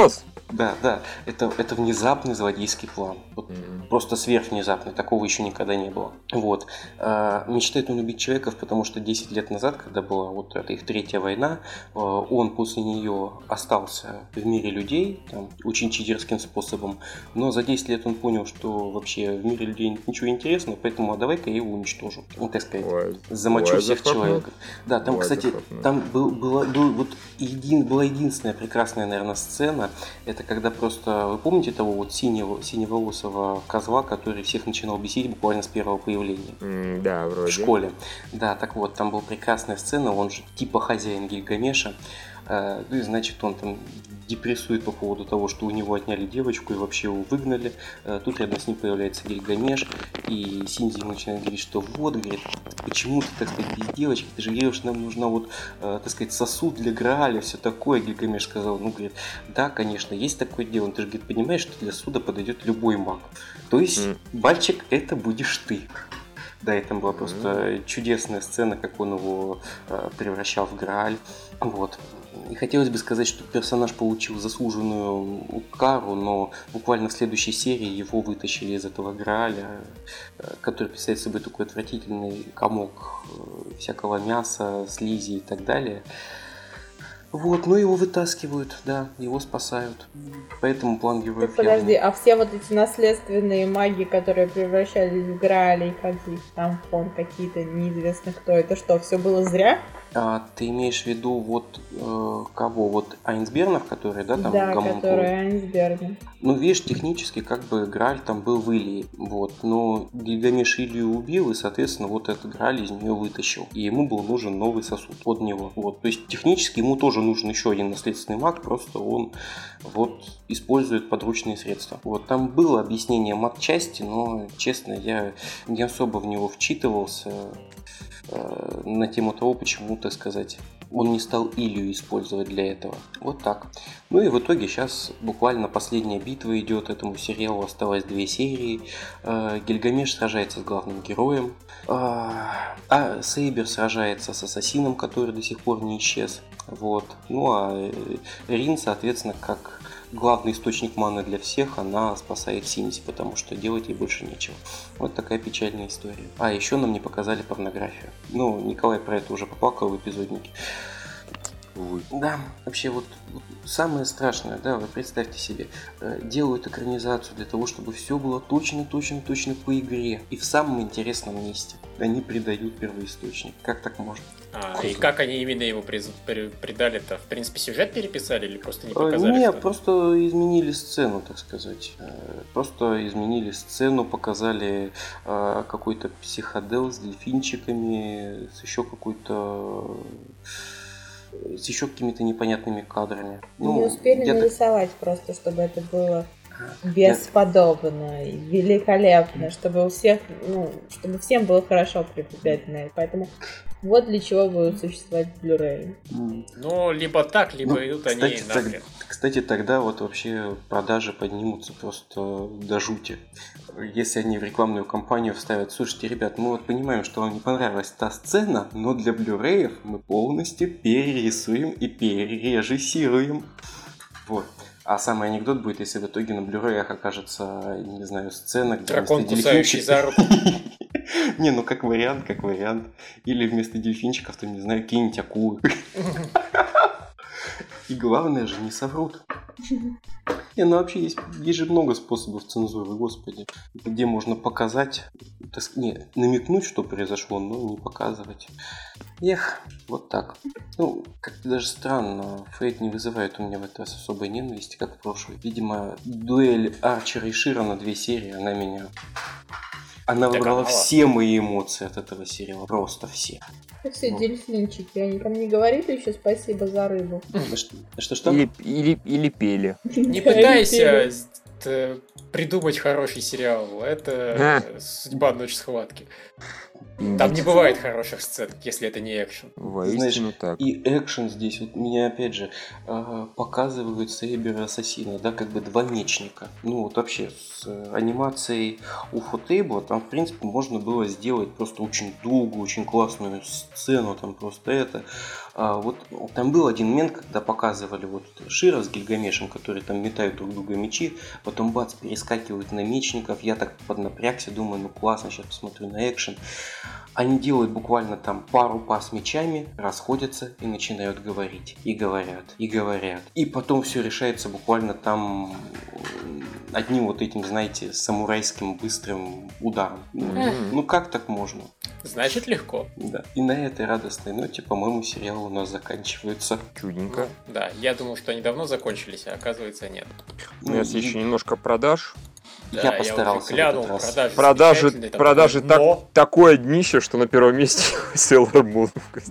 Да, да, это, это внезапный злодейский план. Вот, mm-hmm. Просто сверхвнезапный, такого еще никогда не было. Вот. А, мечтает он убить человеков, потому что десять лет назад, когда была вот эта их третья война, он после нее остался в мире людей, там, очень читерским способом, но за десять лет он понял, что вообще в мире людей нет ничего интересного, поэтому а давай-ка я его уничтожу. Ну, так сказать, Ой. замочу Ой, всех человек. Да, там, Ой, кстати, там был, была, был, вот един, была единственная прекрасная, наверное, сцена, это когда просто, вы помните того вот синего, синеволосого козла, который всех начинал бесить буквально с первого появления? Mm, да, вроде. В школе. Да, так вот, там была прекрасная сцена, он же типа хозяин Гильгамеша, э, ну и значит он там депрессует по поводу того, что у него отняли девочку и вообще его выгнали. Э, тут рядом с ним появляется Гильгамеш, и Синди начинает говорить, что вот, говорит, почему ты, так сказать, без девочки, ты же говорил, что нам нужна вот, э, так сказать, сосуд для Грааля, все такое. Гильгамеш сказал, ну, говорит, да, конечно, есть такое дело, но ты же, говорит, понимаешь, что для суда подойдет любой маг. То есть, mm. мальчик, это будешь ты. Да, и там была просто mm-hmm. чудесная сцена, как он его э, превращал в Грааль. Вот. И хотелось бы сказать, что персонаж получил заслуженную кару, но буквально в следующей серии его вытащили из этого Грааля, э, который представляет собой такой отвратительный комок э, всякого мяса, слизи и так далее. Вот, ну его вытаскивают, да, его спасают. Поэтому план героев так, подожди, явный. А все вот эти наследственные маги, которые превращались в Граали, как их там фон какие-то неизвестно кто, это что, все было зря? А, ты имеешь в виду вот э, кого? Вот Айнсбернов, которые, да, там да, которые Айнсберны. Ну, видишь, технически как бы Грааль там был в Илии, вот, но Гильгамеш Илию убил, и, соответственно, вот этот Грааль из нее вытащил, и ему был нужен новый сосуд под него, вот, то есть технически ему тоже нужен еще один наследственный маг, просто он вот использует подручные средства. Вот, там было объяснение матчасти, но, честно, я не особо в него вчитывался, на тему того, почему, так сказать, он не стал Илью использовать для этого. Вот так. Ну и в итоге сейчас буквально последняя битва идет этому сериалу, осталось две серии. Гильгамеш сражается с главным героем, а Сейбер сражается с ассасином, который до сих пор не исчез. Вот. Ну а Рин, соответственно, как главный источник маны для всех, она спасает Синди, потому что делать ей больше нечего. Вот такая печальная история. А еще нам не показали порнографию. Ну, Николай про это уже поплакал в эпизоднике. Увы. Да, вообще вот, вот самое страшное, да, вы представьте себе, э, делают экранизацию для того, чтобы все было точно-точно-точно по игре и в самом интересном месте. Они придают первоисточник. Как так можно? А, и как они именно его приз... придали-то? В принципе, сюжет переписали или просто не показали? Нет, что-то? Просто изменили сцену, так сказать. Просто изменили сцену, показали э, какой-то психодел с дельфинчиками, с еще какой-то... с еще какими-то непонятными кадрами. Не ну, успели нарисовать так... просто, чтобы это было бесподобно и великолепно, чтобы у всех, ну, чтобы всем было хорошо приобретать на это. Поэтому вот для чего будут существовать Blu-ray. Ну, либо так, либо ну, идут кстати, они нахрен. Кстати, тогда вот вообще продажи поднимутся просто до жути. Если они в рекламную кампанию вставят: слушайте, ребят, мы вот понимаем, что вам не понравилась та сцена, но для Blu-ray мы полностью перерисуем и перережиссируем. Вот. А самый анекдот будет, если в итоге на Blu-ray окажется, не знаю, сцена, где дракон, кусающий за руку. Не, ну как вариант, как вариант. Или вместо дельфинчиков, там, не знаю, какие-нибудь акулы. И главное же, не соврут. Не, ну вообще есть, есть же много способов цензуры, господи. Где можно показать, не, намекнуть, что произошло, но не показывать. Эх, вот так. Ну, как-то даже странно. Фрейд не вызывает у меня в этот раз особой ненависти, как в прошлый. Видимо, дуэль Арчера и Шира на две серии, она меня... Она выбрала все мои эмоции от этого сериала. Просто все. Все вот. Дельфинчики. Они там не говорили еще спасибо за рыбу. Что-что? Или, или, или пели. Не пытайся придумать хороший сериал. Это судьба «Ночь схватки». Там не бывает хороших сцен, если это не экшен. Воистину так. И экшен здесь, вот меня опять же показывают Сейбера Ассасина, да, как бы два мечника. Ну вот вообще с анимацией Ufotable там в принципе можно было сделать просто очень долгую, очень классную сцену, там просто это. А, вот там был один момент, когда показывали вот Шира с Гильгамешем, которые там метают друг друга мечи, потом бац, перескакивают на мечников, я так поднапрягся, думаю, ну классно, сейчас посмотрю на экшен. Они делают буквально там пару пас мечами, расходятся и начинают говорить. И говорят, и говорят. И потом все решается буквально там одним вот этим, знаете, самурайским быстрым ударом. Mm-hmm. Ну как так можно? Значит, легко. Да. И на этой радостной ноте, по-моему, сериал у нас заканчивается. Чудненько. Ну, да, я думал, что они давно закончились, а оказывается нет. У нас ну, еще немножко продаж. Да, я постарался. Я глянул, продажи, продажи, там продажи такое, так, но... такое днище, что на первом месте Sailor Moon.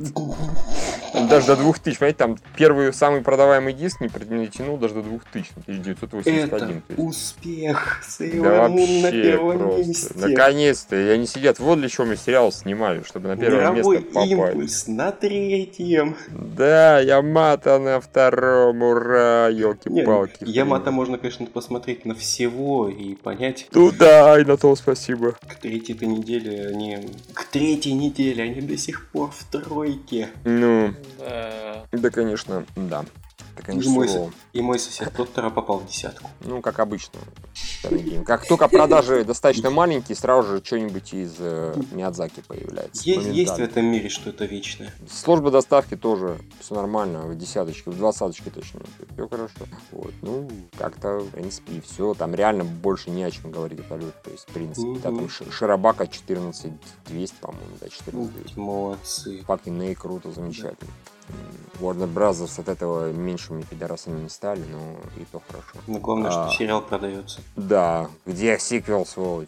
Даже до двух тысяч, понимаете, там первый самый продаваемый диск не тянул даже до двух тысяч, тысяча девятьсот восемьдесят один. Это успех, Sailor Moon на первом месте. Наконец-то, и они сидят, вот для чего мы сериал снимали, чтобы на первое Мировой место попасть. Импульс на третьем. Да, Ямато на втором, ура, елки-палки. Ямато можно, конечно, посмотреть на всего и понять. Ну да, и на то спасибо. К третьей-то неделе они... К третьей неделе они до сих пор в тройке. Ну... Да, да конечно, да. И мой, и мой сосед Тоттера попал в десятку. Ну, как обычно. Как только продажи достаточно маленькие, сразу же что-нибудь из э, Миядзаки появляется. Есть, есть в этом мире что-то вечное. Служба доставки тоже все нормально, в десяточке, в двадцаточке точно. Все хорошо. Вот. Ну, как-то, в принципе, и все. Там реально больше не о чем говорить абсолютно. То есть, в принципе, mm-hmm. да, там Широбака четырнадцать двести, по-моему, да, четырнадцать двести. Молодцы. Fucking круто, замечательно. Warner Brothers от этого меньшими пидорасами не стали, но и то хорошо. Но главное, а, что сериал продается. Да, где сиквел, сволочь?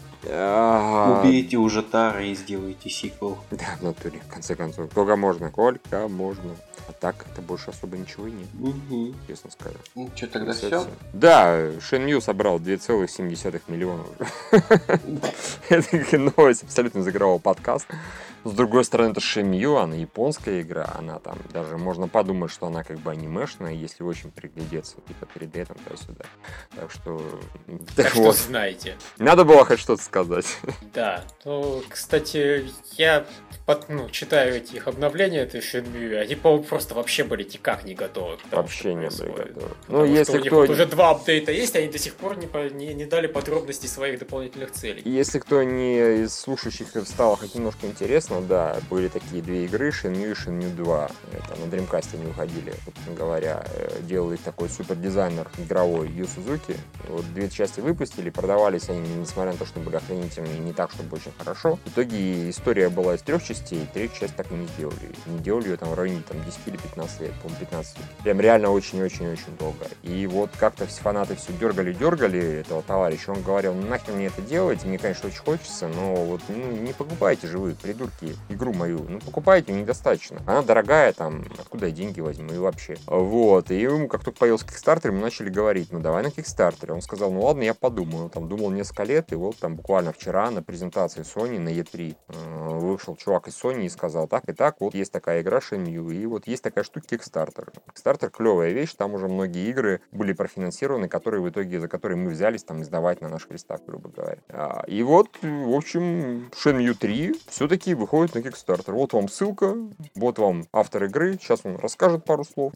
Убейте уже Тара и сделайте сиквел. Да, в натуре, в конце концов. Сколько можно, сколько можно. А так это больше особо ничего и нет, угу. честно скажу. Ну что, тогда все? Да, Shenmue собрал два целых семь десятых миллиона. Это новость абсолютно из игрового подкаста. С другой стороны, это Shenmue, она японская игра, она там даже можно подумать, что она как бы анимешная, если очень приглядеться, типа три дэ там туда-сюда. Так что... Так вот. Что знаете. Надо было хоть что-то сказать. Да, ну, кстати, я под, ну, читаю эти их обновления этой Shenmue, они, по-моему, просто вообще были никак не готовы к тому, вообще не были готовы. Ну, если кто... Вот уже два апдейта есть, они до сих пор не, по... не, не дали подробностей своих дополнительных целей. Если кто не из слушающих стало хоть немножко интересно, да, были такие две игры, Shenmue и Shenmue два. Это на Dreamcast они выходили, собственно говоря. Делал их такой супердизайнер игровой Ю Сузуки. Вот две части выпустили, продавались они, несмотря на то, что были охренительные, не так, чтобы очень хорошо. В итоге история была из трех частей, третью часть так и не сделали. Не делали ее там в районе там, десять или пятнадцать лет, по-моему, пятнадцать лет. Прям реально очень-очень-очень долго. И вот как-то все фанаты все дергали-дергали этого товарища. Он говорил, ну нахер мне это делать, мне, конечно, очень хочется, но вот ну, не покупайте же вы, придурки, игру мою. Ну, покупайте, недостаточно. Она дорогая, там, откуда я деньги возьму и вообще. Вот. И ему, как только появился Kickstarter, ему начали говорить, ну, давай на Kickstarter. Он сказал, ну, ладно, я подумаю. Он там думал несколько лет, и вот там буквально вчера на презентации Sony на и три э, вышел чувак из Sony и сказал, так и так, вот есть такая игра Shenmue, и вот есть такая штука Kickstarter. Kickstarter клевая вещь, там уже многие игры были профинансированы, которые в итоге, за которые мы взялись там издавать на наших листах, грубо говоря. А, и вот, в общем, Shenmue три все-таки выходит на Kickstarter. Вот вам ссылка, вот вам автор игры, сейчас он расскажет пару слов,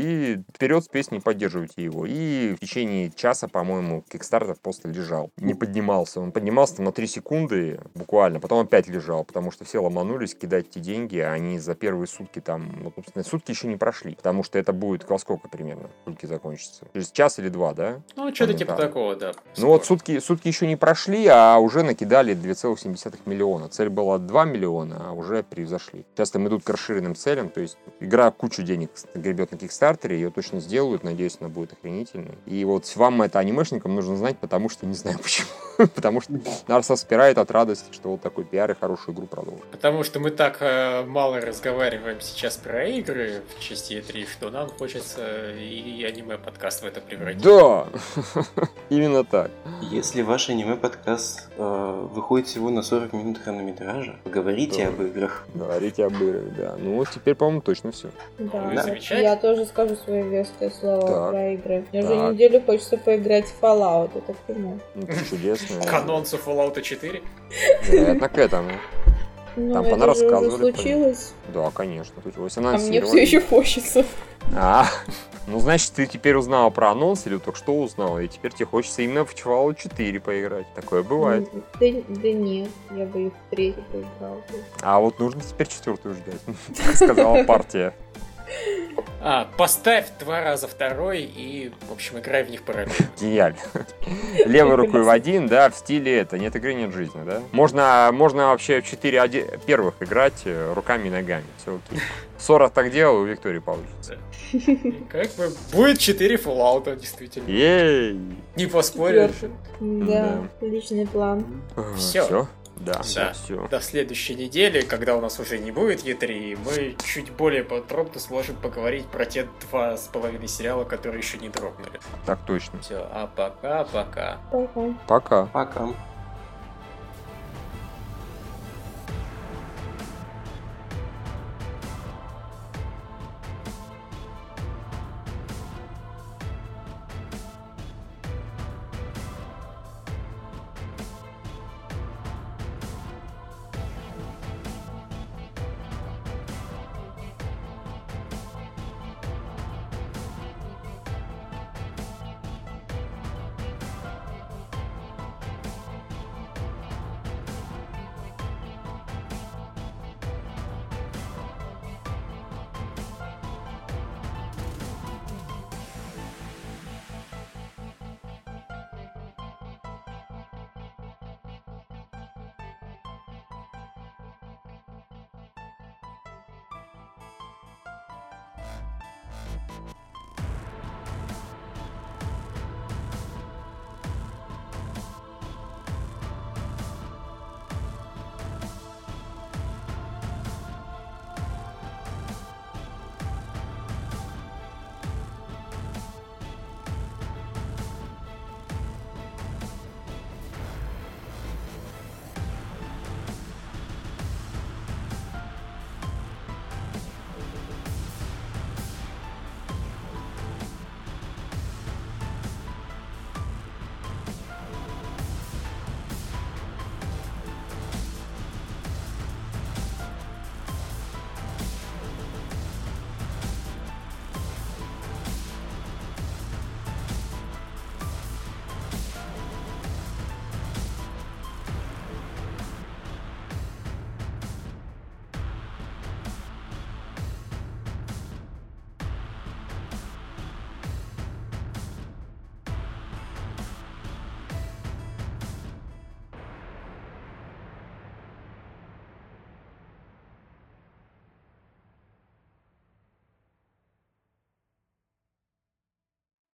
и вперед с песней поддерживайте его. И в течение часа, по-моему, Kickstarter просто лежал, не поднимался. Он поднимался на три секунды буквально, потом опять лежал, потому что все ломанулись кидать эти деньги, а они за первые сутки там, ну, собственно, сутки еще не прошли, потому что это будет во сколько примерно сутки закончатся? Через час или два, да? Ну, что-то типа такого, да. Ну вот сутки, сутки еще не прошли, а уже накидали два целых семь десятых миллиона. Цель была два миллиона, а уже превзошли. Сейчас там идут к расширенным целям, то есть игра кучу денег гребет на Кикстартере, ее точно сделают, надеюсь, она будет охренительной. И вот вам это анимешникам нужно знать, потому что не знаю почему. Потому что нас распирает от радости, что вот такой пиар и хорошую игру продолжит. Потому что мы так э, мало разговариваем сейчас про игры в части и три, что нам хочется и аниме-подкаст в это превратить. Да! Именно так. Если ваш аниме-подкаст э, выходит всего на сорок минут хронометража, поговорите об играх. Говорите об играх, да. Ну вот теперь, по-моему, точно все. Да, да. Я тоже скажу свое веское слово так. про игры. Мне уже неделю хочется поиграть в Fallout, это кино. Ну, это чудесно. К анонсу Fallout четыре? Вероятно, к этому. Ну, Там это она же уже рассказывали. случилось. Да, конечно. Случилось. А мне все еще хочется. А, ну, значит, ты теперь узнала про анонс или только что узнала, и теперь тебе хочется именно в Fallout четыре поиграть. Такое бывает. Да, да нет, я бы их в третью поиграл. А вот нужно теперь четвертую ждать, как сказала партия. А, поставь два раза второй и, в общем, играй в них параллельно. Гениально. Левой рукой в один, да, в стиле это, нет игры, нет жизни, да? Можно, можно вообще в четыре первых играть руками и ногами, все окей. Сора так делал, у Виктории получится. Как бы будет четыре Fallout, действительно. Ей! Не поспоришь. Да, личный план. Все. Все? Да, Да. да, все. До следующей недели, когда у нас уже не будет и три, мы чуть более подробно сможем поговорить про те два с половиной сериала, которые еще не дропнули. Так точно. Все, а пока-пока. Пока. Пока. Пока.